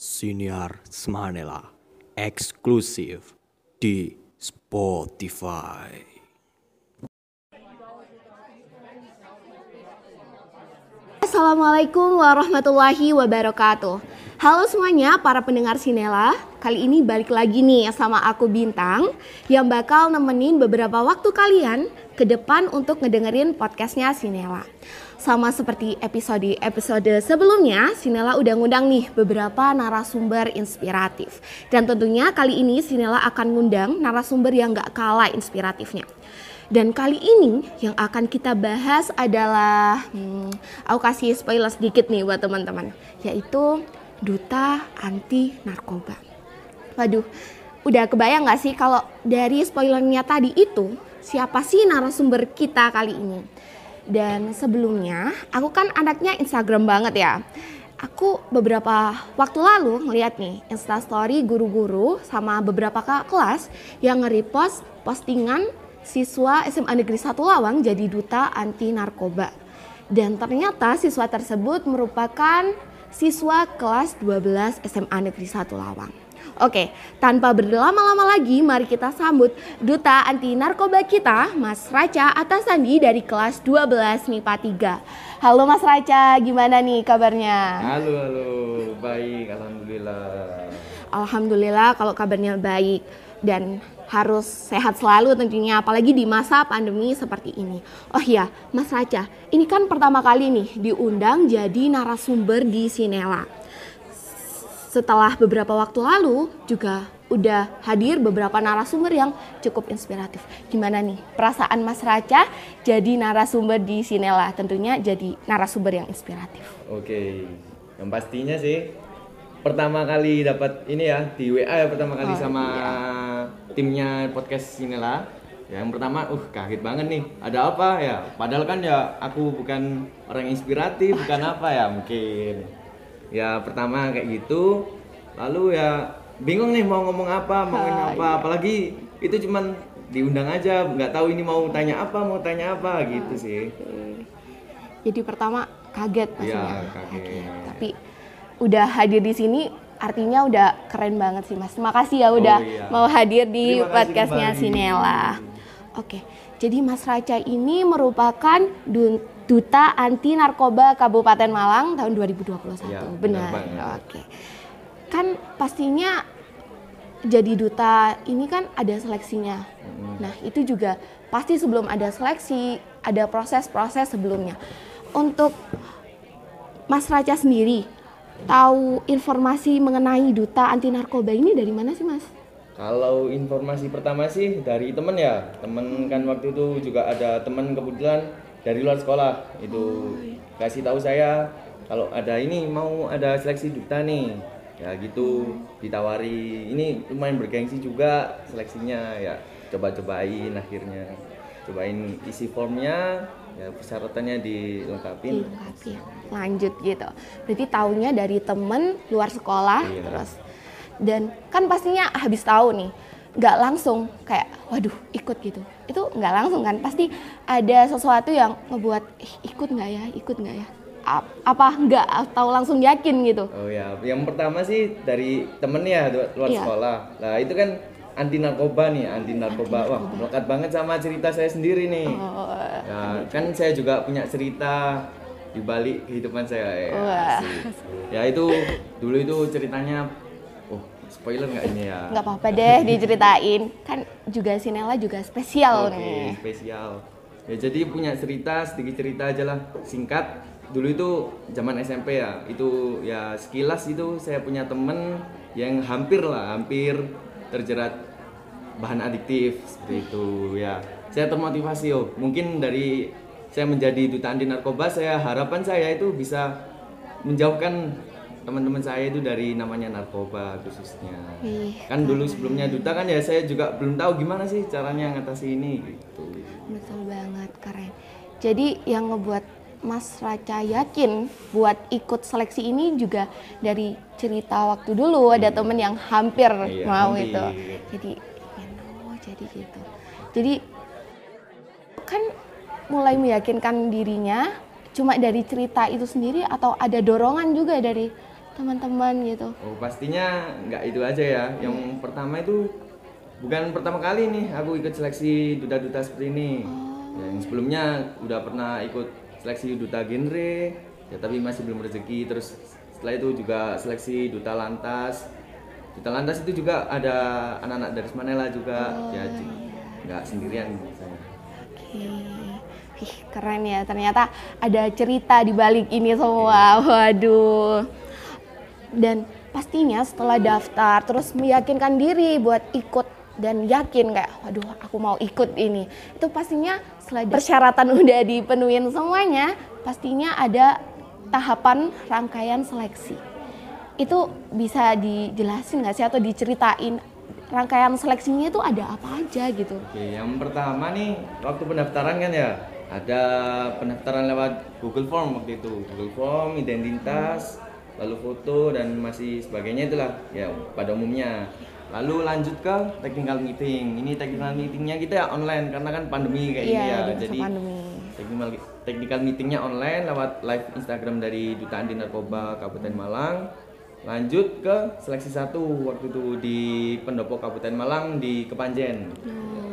Siniar Semanela eksklusif di Spotify. Assalamualaikum warahmatullahi wabarakatuh. Halo semuanya para pendengar Sinela. Kali ini balik lagi nih sama aku Bintang yang bakal nemenin beberapa waktu kalian ke depan untuk ngedengerin podcastnya Sinela. Sama seperti episode sebelumnya, Sinela udah ngundang nih beberapa narasumber inspiratif. Dan tentunya kali ini Sinela akan ngundang narasumber yang gak kalah inspiratifnya. Dan kali ini yang akan kita bahas adalah, aku kasih spoiler sedikit nih buat teman-teman, yaitu Duta Anti Narkoba. Waduh, udah kebayang gak sih kalau dari spoilernya tadi itu, siapa sih narasumber kita kali ini? Dan sebelumnya, aku kan anaknya Instagram banget ya. Aku beberapa waktu lalu ngeliat nih instastory guru-guru sama beberapa kakak kelas yang nge-repost postingan siswa SMA Negeri 1 Lawang jadi duta anti narkoba. Dan ternyata siswa tersebut merupakan siswa kelas 12 SMA Negeri 1 Lawang. Oke, tanpa berlama-lama lagi, mari kita sambut duta anti narkoba kita, Mas Raca Atasandi dari kelas 12 MIPA 3. Halo Mas Raca, gimana nih kabarnya? Halo, baik, alhamdulillah. Alhamdulillah kalau kabarnya baik dan harus sehat selalu tentunya, apalagi di masa pandemi seperti ini. Oh iya, Mas Raca, ini kan pertama kali nih diundang jadi narasumber di Sinela. Setelah beberapa waktu lalu juga udah hadir beberapa narasumber yang cukup inspiratif. Gimana nih perasaan Mas Raca jadi narasumber di Sinela? Tentunya jadi narasumber yang inspiratif. Oke, yang pastinya sih pertama kali dapat ini ya di WA ya pertama kali sama timnya podcast Sinela. Yang pertama, kaget banget nih. Ada apa ya? Padahal kan ya aku bukan orang inspiratif, bukan apa ya mungkin. Ya pertama kayak gitu, lalu ya bingung nih mau ngomong apa, mau ngomong apa, apalagi itu cuman diundang aja, nggak tahu ini mau tanya apa gitu sih. Jadi pertama kaget pastinya. Iya, kaget. Tapi udah hadir di sini artinya udah keren banget sih Mas. Terima kasih ya udah mau hadir di podcastnya Sinela. Oke, jadi Mas Raca ini merupakan Duta Anti Narkoba Kabupaten Malang tahun 2021. Ya, benar. Oke. Kan pastinya jadi duta ini kan ada seleksinya. Nah, itu juga pasti sebelum ada seleksi, ada proses-proses sebelumnya. Untuk Mas Raca sendiri, tahu informasi mengenai Duta Anti Narkoba ini dari mana sih, Mas? Kalau informasi pertama sih dari temen ya. Temen kan waktu itu juga ada temen kebetulan dari luar sekolah itu kasih tahu saya kalau ada ini mau ada seleksi duta nih ya gitu, ditawari ini lumayan bergengsi juga seleksinya ya, cobain akhirnya cobain isi formnya ya, persyaratannya dilengkapi lanjut gitu. Berarti taunya dari temen luar sekolah. Iya. Terus dan kan pastinya habis tahu nih nggak langsung kayak waduh ikut gitu, itu nggak langsung kan, pasti ada sesuatu yang ngebuat ikut nggak ya apa nggak atau langsung yakin gitu. Oh ya, yang pertama sih dari temen ya luar sekolah. Nah itu kan anti narkoba. Wah melekat banget sama cerita saya sendiri nih. Ya kan saya juga punya cerita di balik kehidupan saya ya itu dulu itu ceritanya. Spoiler nggak ini ya? Nggak apa-apa deh diceritain, kan juga Sinela juga spesial nih. Spesial. Ya jadi punya sedikit cerita aja lah, singkat. Dulu itu zaman SMP ya, itu ya sekilas itu saya punya temen yang hampir terjerat bahan adiktif seperti itu ya. Saya termotivasi mungkin dari saya menjadi duta anti narkoba, harapan saya itu bisa menjauhkan teman-teman saya itu dari namanya narkoba khususnya. Kan dulu sebelumnya duta kan ya saya juga belum tahu gimana sih caranya ngatasi ini gitu. Betul banget, keren. Jadi yang ngebuat Mas Raca yakin buat ikut seleksi ini juga dari cerita waktu dulu ada temen yang hampir mau itu. Jadi gitu. Jadi kan mulai meyakinkan dirinya cuma dari cerita itu sendiri atau ada dorongan juga dari teman-teman gitu? Oh pastinya nggak itu aja ya. Yang pertama itu bukan pertama kali nih aku ikut seleksi duta-duta seperti ini. Ya, yang sebelumnya udah pernah ikut seleksi duta genre, ya tapi masih belum rezeki. Terus setelah itu juga seleksi duta lantas. Duta lantas itu juga ada anak-anak dari Smanela juga, ya nggak sendirian saya. Oke. Ih, keren ya, ternyata ada cerita di balik ini semua. Waduh. Dan pastinya setelah daftar terus meyakinkan diri buat ikut dan yakin kayak waduh aku mau ikut ini. Itu pastinya setelah persyaratan udah dipenuhin semuanya, pastinya ada tahapan rangkaian seleksi. Itu bisa dijelasin nggak sih atau diceritain rangkaian seleksinya itu ada apa aja gitu? Oke, yang pertama nih waktu pendaftaran kan ya ada pendaftaran lewat Google Form waktu itu. Google Form, identitas, lalu foto dan masih sebagainya itulah ya pada umumnya. Lalu lanjut ke technical meeting. Ini technical meetingnya kita online karena kan pandemi kayak ini ya. Jadi technical meetingnya online lewat live Instagram dari Duta Anti Narkoba Kabupaten Malang. Lanjut ke seleksi 1 waktu itu di Pendopo Kabupaten Malang di Kepanjen. Ya,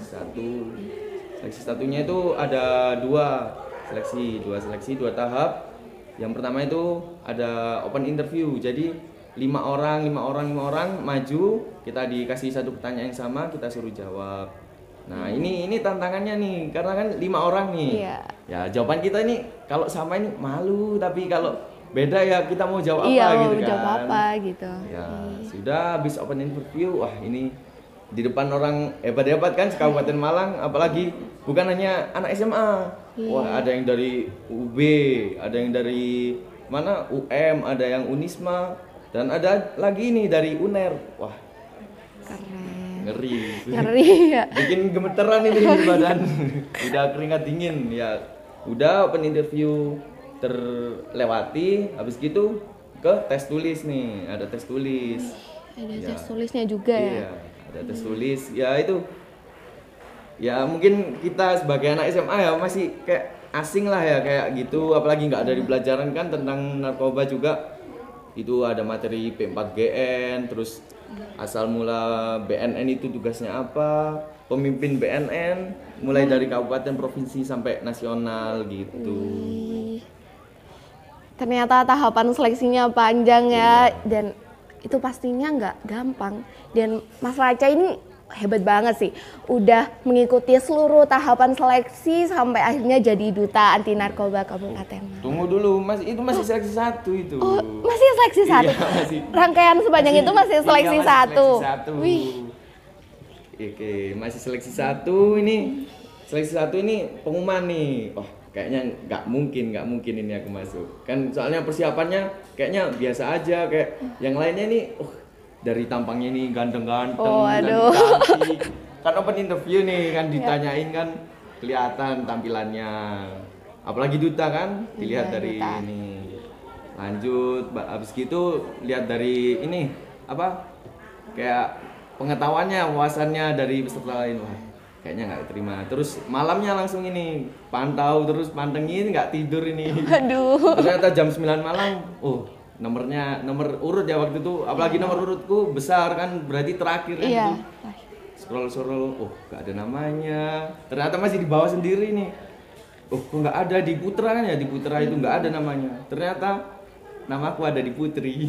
seleksi satunya itu ada dua seleksi, dua tahap. Yang pertama itu ada open interview. Jadi 5 orang maju, kita dikasih satu pertanyaan yang sama, kita suruh jawab. Nah, ini tantangannya nih, karena kan 5 orang nih. Iya. Ya, jawaban kita ini kalau sama ini malu, tapi kalau beda ya kita mau jawab iya, apa gitu kan. jawab apa gitu. Ya, sudah habis open interview, wah ini di depan orang hebat-hebat kan Kabupaten Malang, apalagi bukan hanya anak SMA. Wah, ada yang dari UB, ada yang dari mana UM, ada yang Unisma, dan ada lagi nih dari UNER. Wah, Keren. ngeri ya. bikin gemeteran ini di badan. Udah keringat dingin ya. Udah open interview terlewati, habis gitu ke tes tulis nih, ada tes tulis. Ada Ya. tes tulisnya juga ya. Iya, ada tes tulis. Ya itu. Ya mungkin kita sebagai anak SMA ya masih kayak asing lah ya kayak gitu, apalagi nggak ada di pelajaran kan tentang narkoba juga. Itu ada materi P4GN, terus asal mula BNN itu tugasnya apa, pemimpin BNN mulai dari kabupaten, provinsi sampai nasional gitu. Ternyata tahapan seleksinya panjang ya, dan itu pastinya nggak gampang. Dan Mas Raca ini hebat banget sih, udah mengikuti seluruh tahapan seleksi sampai akhirnya jadi duta anti narkoba Kabupaten Malang. Tunggu dulu, itu masih seleksi 1 itu. Oh, masih seleksi 1? Iya, masih. Rangkaian sepanjang itu masih seleksi Iya, 1? Seleksi 1. Wih. Oke, masih seleksi 1 ini. Seleksi 1 ini pengumuman nih. Oh, kayaknya nggak mungkin ini aku masuk. Kan soalnya persiapannya kayaknya biasa aja, kayak yang lainnya nih. Dari tampangnya ini ganteng-ganteng, cantik. Kan open interview nih kan ditanyain kan kelihatan tampilannya. Apalagi duta kan dilihat dari duta. ini. Lanjut, habis gitu lihat dari ini apa? Kayak pengetahuannya, wawasannya dari peserta lain. Wah, kayaknya nggak terima. Terus malamnya langsung ini pantau terus pantengin, nggak tidur ini. Aduh. Ternyata jam 9 malam. Nomor urut ya waktu itu, apalagi nomor urutku besar kan, berarti terakhir kan Iya. itu. Scroll, gak ada namanya. Ternyata masih di bawah sendiri nih. Kok nggak ada di Putra kan ya, di Putra itu nggak ada namanya. Ternyata namaku ada di Putri.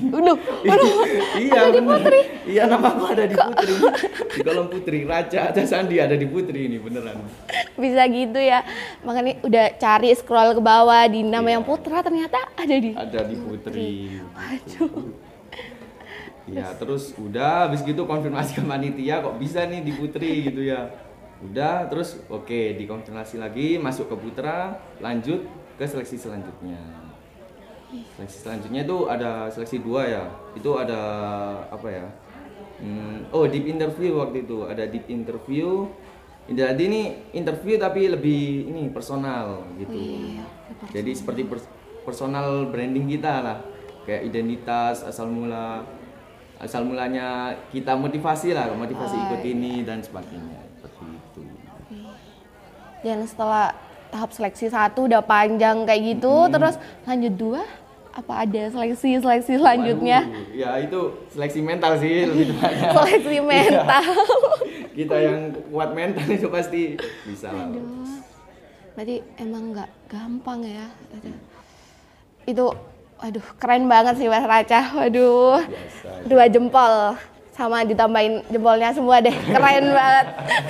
Iya, ada di Putri. Iya, namaku ada di Putri. Di kolom Putri, Raca Aca Sandi ada di Putri ini beneran. Bisa gitu ya. Makanya udah cari scroll ke bawah di nama yang Putra, ternyata ada di Putri. Waduh. Iya, terus udah habis gitu konfirmasi ke panitia kok bisa nih di Putri gitu ya. Udah, terus oke, dikonfirmasi lagi, masuk ke Putra, lanjut ke seleksi selanjutnya. Seleksi selanjutnya itu ada seleksi 2 ya. Itu ada apa ya? Deep interview waktu itu. Ada deep interview. Jadi ini interview tapi lebih ini personal gitu. Jadi seperti personal branding kita lah. Kayak identitas, asal mulanya kita motivasi ikut ini dan sebagainya. Seperti itu. Dan setelah tahap seleksi 1 udah panjang kayak gitu, terus lanjut 2? apa ada seleksi selanjutnya? Waduh, ya itu seleksi mental sih lebih tepatnya. Seleksi mental. Kita yang kuat mental itu pasti bisa lah. Berarti emang nggak gampang ya. Itu, waduh, keren banget sih Mas Raca. Waduh, Biasa. 2 jempol sama ditambahin jempolnya semua deh. Keren banget.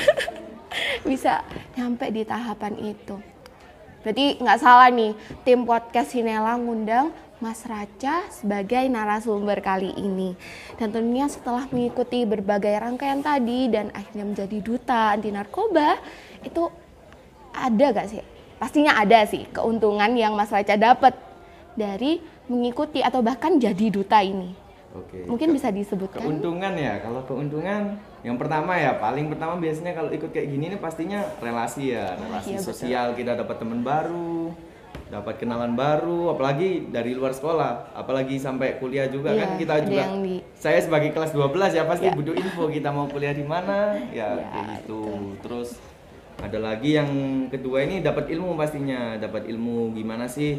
Bisa nyampe di tahapan itu. Berarti nggak salah nih, tim podcast Sinela ngundang Mas Raca sebagai narasumber kali ini. Dan tentunya setelah mengikuti berbagai rangkaian tadi dan akhirnya menjadi duta anti narkoba, itu ada gak sih? Pastinya ada sih keuntungan yang Mas Raca dapat dari mengikuti atau bahkan jadi duta ini. Oke. Mungkin bisa disebutkan? Keuntungan ya, kalau keuntungan yang pertama ya, paling pertama biasanya kalau ikut kayak gini nih pastinya relasi ya, relasi Iya, sosial, kita dapat teman baru, dapat kenalan baru, apalagi dari luar sekolah, apalagi sampai kuliah juga Iya, kan kita ada juga. yang Saya sebagai kelas 12 ya pasti Ya. butuh info kita mau kuliah di mana, ya Ya, kayak gitu. Terus ada lagi yang kedua ini dapat ilmu pastinya, dapat ilmu gimana sih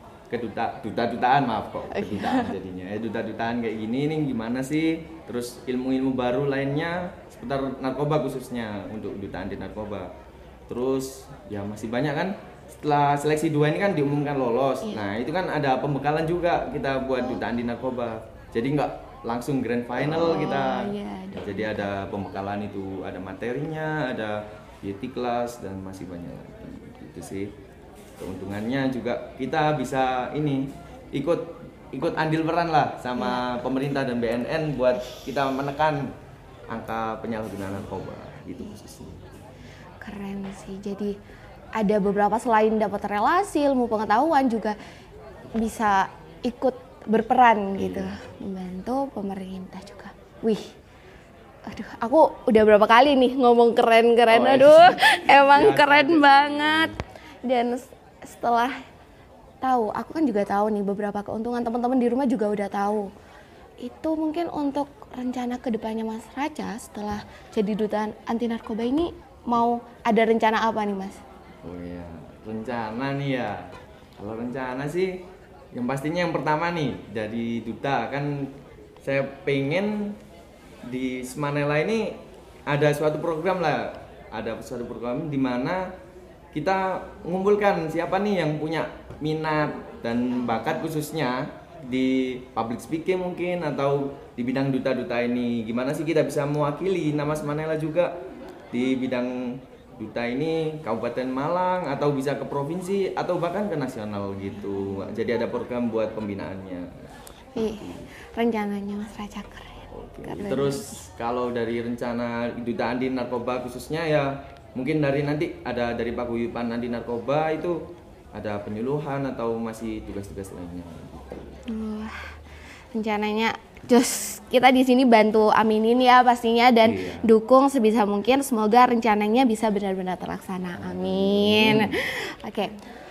dutaan maaf kok kedutaan jadinya duta-dutaan kayak gini nih gimana sih, terus ilmu-ilmu baru lainnya seputar narkoba khususnya untuk duta anti narkoba. Terus ya masih banyak kan, setelah seleksi 2 ini kan diumumkan lolos. Nah itu kan ada pembekalan juga kita buat duta anti narkoba, jadi nggak langsung grand final kita. iya, Jadi ada pembekalan itu, ada materinya, ada yeti kelas dan masih banyak lagi gitu sih. Keuntungannya juga kita bisa ini ikut andil peran lah sama pemerintah dan BNN buat kita menekan angka penyalahgunaan narkoba gitu khususnya. Keren sih. Jadi ada beberapa selain dapat relasi, ilmu pengetahuan juga bisa ikut berperan gitu, membantu pemerintah juga. Wih. Aduh, aku udah berapa kali nih ngomong keren-keren. Aduh, emang keren banget. Dan setelah tahu, aku kan juga tahu nih beberapa keuntungan, teman-teman di rumah juga udah tahu. Itu mungkin untuk rencana kedepannya Mas Raca setelah jadi duta anti narkoba ini mau ada rencana apa nih Mas? Oh iya, rencana nih ya. Kalau rencana sih yang pastinya yang pertama nih dari duta kan saya pengen di Smanela ini ada suatu program lah, ada suatu program di mana kita mengumpulkan siapa nih yang punya minat dan bakat khususnya di public speaking mungkin atau di bidang duta-duta ini. Gimana sih kita bisa mewakili nama Smanela juga di bidang duta ini, Kabupaten Malang atau bisa ke provinsi atau bahkan ke nasional gitu. Jadi ada program buat pembinaannya. Rencananya Mas Raca keren. Oke. Terus kalau dari rencana duta anti narkoba khususnya ya mungkin dari nanti ada dari paguyuban anti narkoba itu ada penyuluhan atau masih tugas-tugas lainnya. Wah, rencananya just kita di sini bantu aminin ya pastinya dan dukung sebisa mungkin, semoga rencananya bisa benar-benar terlaksana. Amin. Oke.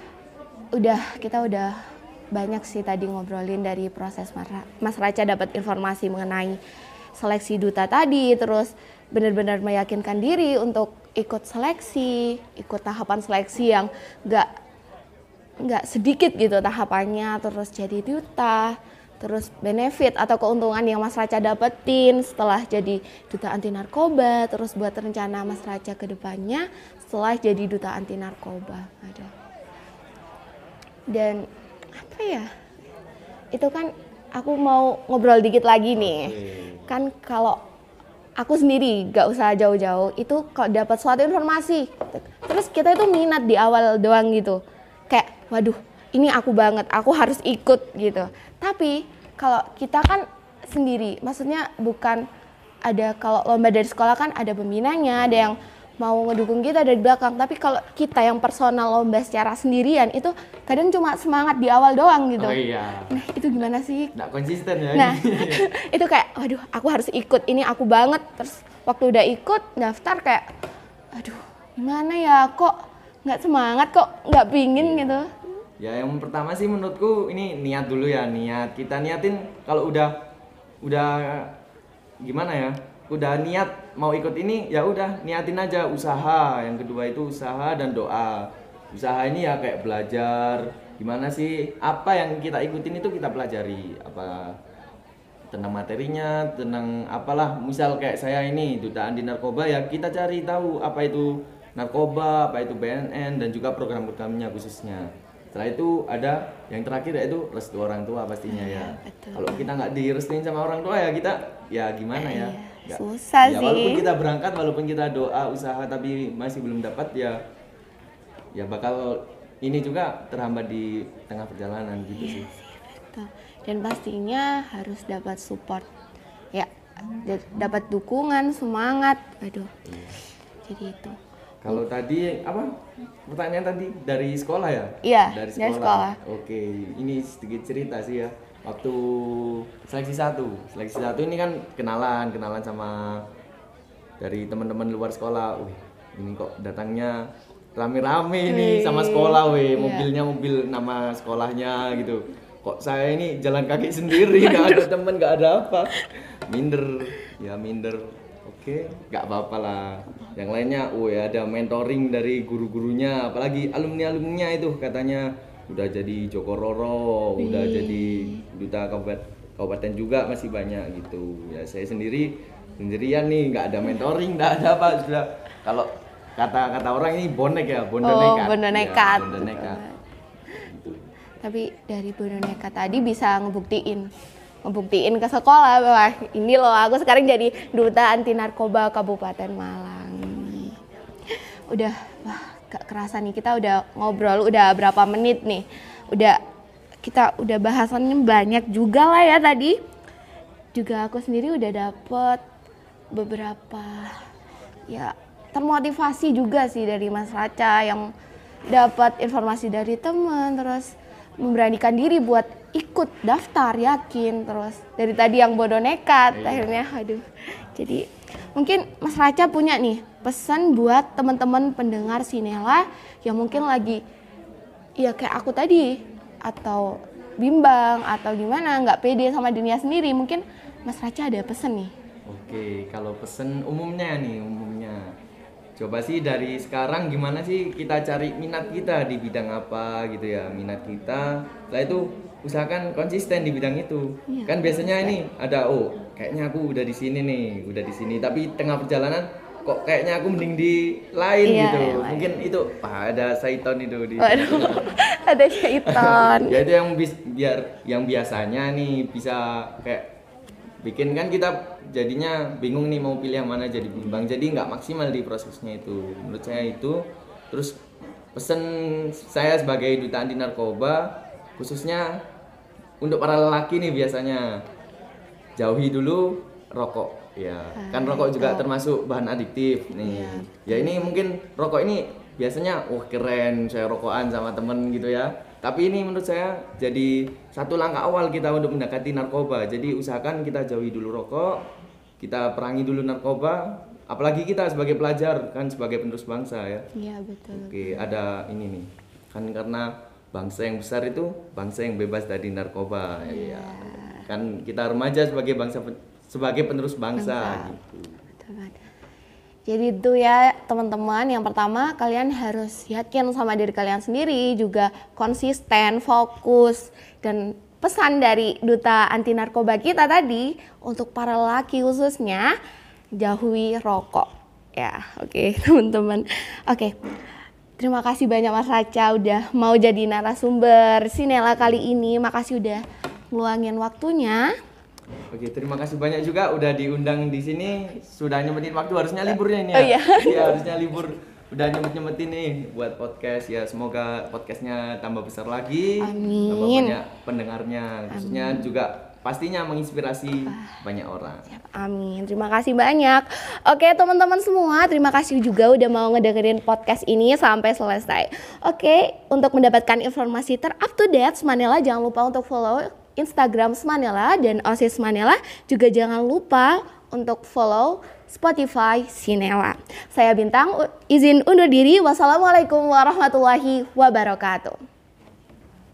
Kita udah banyak sih tadi ngobrolin dari proses Mas Raca dapat informasi mengenai seleksi duta tadi, terus benar-benar meyakinkan diri untuk ikut seleksi, ikut tahapan seleksi yang nggak sedikit gitu tahapannya, terus jadi duta, terus benefit atau keuntungan yang Mas Raca dapetin setelah jadi duta anti narkoba, terus buat rencana Mas Raca ke depannya setelah jadi duta anti narkoba. Dan apa ya? Itu kan aku mau ngobrol dikit lagi nih. Kan kalau aku sendiri gak usah jauh-jauh, itu kalau dapat suatu informasi terus kita itu minat di awal doang gitu, kayak waduh ini aku banget, aku harus ikut gitu. Tapi kalau kita kan sendiri, maksudnya bukan ada, kalau lomba dari sekolah kan ada pembinanya, ada yang mau ngedukung kita dari belakang. Tapi kalau kita yang personal lomba secara sendirian itu kadang cuma semangat di awal doang gitu. Oh iya. Nah itu gimana sih? Nggak konsisten ya. Nah itu kayak waduh aku harus ikut, ini aku banget. Terus waktu udah ikut daftar kayak aduh gimana ya, kok nggak semangat, kok nggak pingin gitu. Ya yang pertama sih menurutku ini niat dulu ya, niat. Kita niatin kalau udah gimana ya, udah niat mau ikut ini ya udah niatin aja, usaha. Yang kedua itu usaha dan doa. Usaha ini ya kayak belajar gimana sih apa yang kita ikutin itu kita pelajari apa tentang materinya, tentang apalah, misal kayak saya ini duta anti narkoba ya kita cari tahu apa itu narkoba, apa itu BNN dan juga program-programnya khususnya. Setelah itu ada yang terakhir yaitu restu orang tua pastinya ya. Betul. Kalau kita nggak direstuin sama orang tua ya kita ya gimana ya? Nggak- susah ya, sih. walaupun kita berangkat, walaupun kita doa usaha tapi masih belum dapat ya bakal ini juga terhambat di tengah perjalanan gitu sih. Betul. Dan pastinya harus dapat support ya, dapat dukungan, semangat. Aduh. Jadi itu. Kalau tadi apa pertanyaan tadi dari sekolah ya? Iya, dari dari sekolah. Oke, ini sedikit cerita sih ya. Waktu seleksi satu ini kan kenalan sama dari teman-teman luar sekolah. Wih, ini kok datangnya rame-rame nih sama sekolah, weh. Iya. Mobilnya mobil nama sekolahnya gitu. Kok saya ini jalan kaki sendiri, nggak ada teman, nggak ada apa. Minder. Oke, nggak apa-apa lah. Yang lainnya, ya ada mentoring dari guru-gurunya, apalagi alumni-alumninya itu katanya udah jadi Joko Roro, udah jadi duta kabupaten juga masih banyak gitu. Ya saya sendirian nih, nggak ada mentoring, nggak ada apa sudah. Kalau kata orang ini bonek ya, bondo nekat. Bondo Ya, nekat. bondo nekat. Gitu. Tapi dari bondo nekat tadi bisa ngebuktiin ke sekolah bahwa ini loh aku sekarang jadi duta anti narkoba Kabupaten Malang. Udah gak kerasa nih kita udah ngobrol udah berapa menit nih. Kita udah bahasannya banyak juga lah ya tadi. Juga aku sendiri udah dapet beberapa ya termotivasi juga sih dari Mas Raca yang dapat informasi dari teman, terus memberanikan diri buat ikut daftar, yakin, terus dari tadi yang bodoh nekat akhirnya aduh. Jadi mungkin Mas Raca punya nih pesan buat teman-teman pendengar Sinela yang mungkin lagi ya kayak aku tadi atau bimbang atau gimana nggak pede sama dunia sendiri, mungkin Mas Raca ada pesan nih. Oke, kalau pesan umumnya coba sih dari sekarang gimana sih kita cari minat kita di bidang apa gitu ya, minat kita. Setelah itu usahakan konsisten di bidang itu. Iya, Kan biasanya ini ada kayaknya aku udah di sini nih, tapi tengah perjalanan kok kayaknya aku mending di lain Iya, gitu. yang lain. Mungkin itu ada syaiton itu di. Waduh, ada syaitan. Ya itu yang biasanya nih bisa kayak bikin kan kita jadinya bingung nih mau pilih yang mana, jadi bimbang, jadi nggak maksimal di prosesnya itu. Menurut saya itu. Terus pesan saya sebagai duta anti narkoba khususnya untuk para lelaki nih biasanya jauhi dulu rokok ya. Kan rokok juga termasuk bahan adiktif nih. Ya ini mungkin rokok ini biasanya keren saya rokokan sama temen gitu ya. Tapi ini menurut saya jadi satu langkah awal kita untuk mendekati narkoba. Jadi usahakan kita jauhi dulu rokok, kita perangi dulu narkoba. Apalagi kita sebagai pelajar, kan sebagai penerus bangsa ya. Iya betul. Oke, ada ini nih. Kan karena bangsa yang besar itu bangsa yang bebas dari narkoba. Ya. Kan kita remaja sebagai penerus bangsa. Gitu. Betul banget. Jadi itu ya teman-teman, yang pertama kalian harus yakin sama diri kalian sendiri, juga konsisten, fokus, dan pesan dari duta anti narkoba kita tadi untuk para lelaki khususnya jauhi rokok ya. Oke, teman-teman. Oke, terima kasih banyak Mas Raca udah mau jadi narasumber Sinela kali ini. Makasih udah ngeluangin waktunya. Oke, terima kasih banyak juga udah diundang di sini. Sudah nyempetin waktu, harusnya liburnya ini ya. Oh iya. Iya, harusnya libur. Udah nyempetin nih buat podcast ya. Semoga podcastnya tambah besar lagi. Amin. Tambah banyak pendengarnya. Khususnya juga pastinya menginspirasi banyak orang. Amin, terima kasih banyak. Oke teman-teman semua, terima kasih juga udah mau ngedengerin podcast ini sampai selesai. Oke, untuk mendapatkan informasi up to date Smanela, jangan lupa untuk follow Instagram Smanela dan OSIS Smanela. Juga jangan lupa untuk follow Spotify Sinela. Saya Bintang, izin undur diri. Wassalamualaikum warahmatullahi wabarakatuh.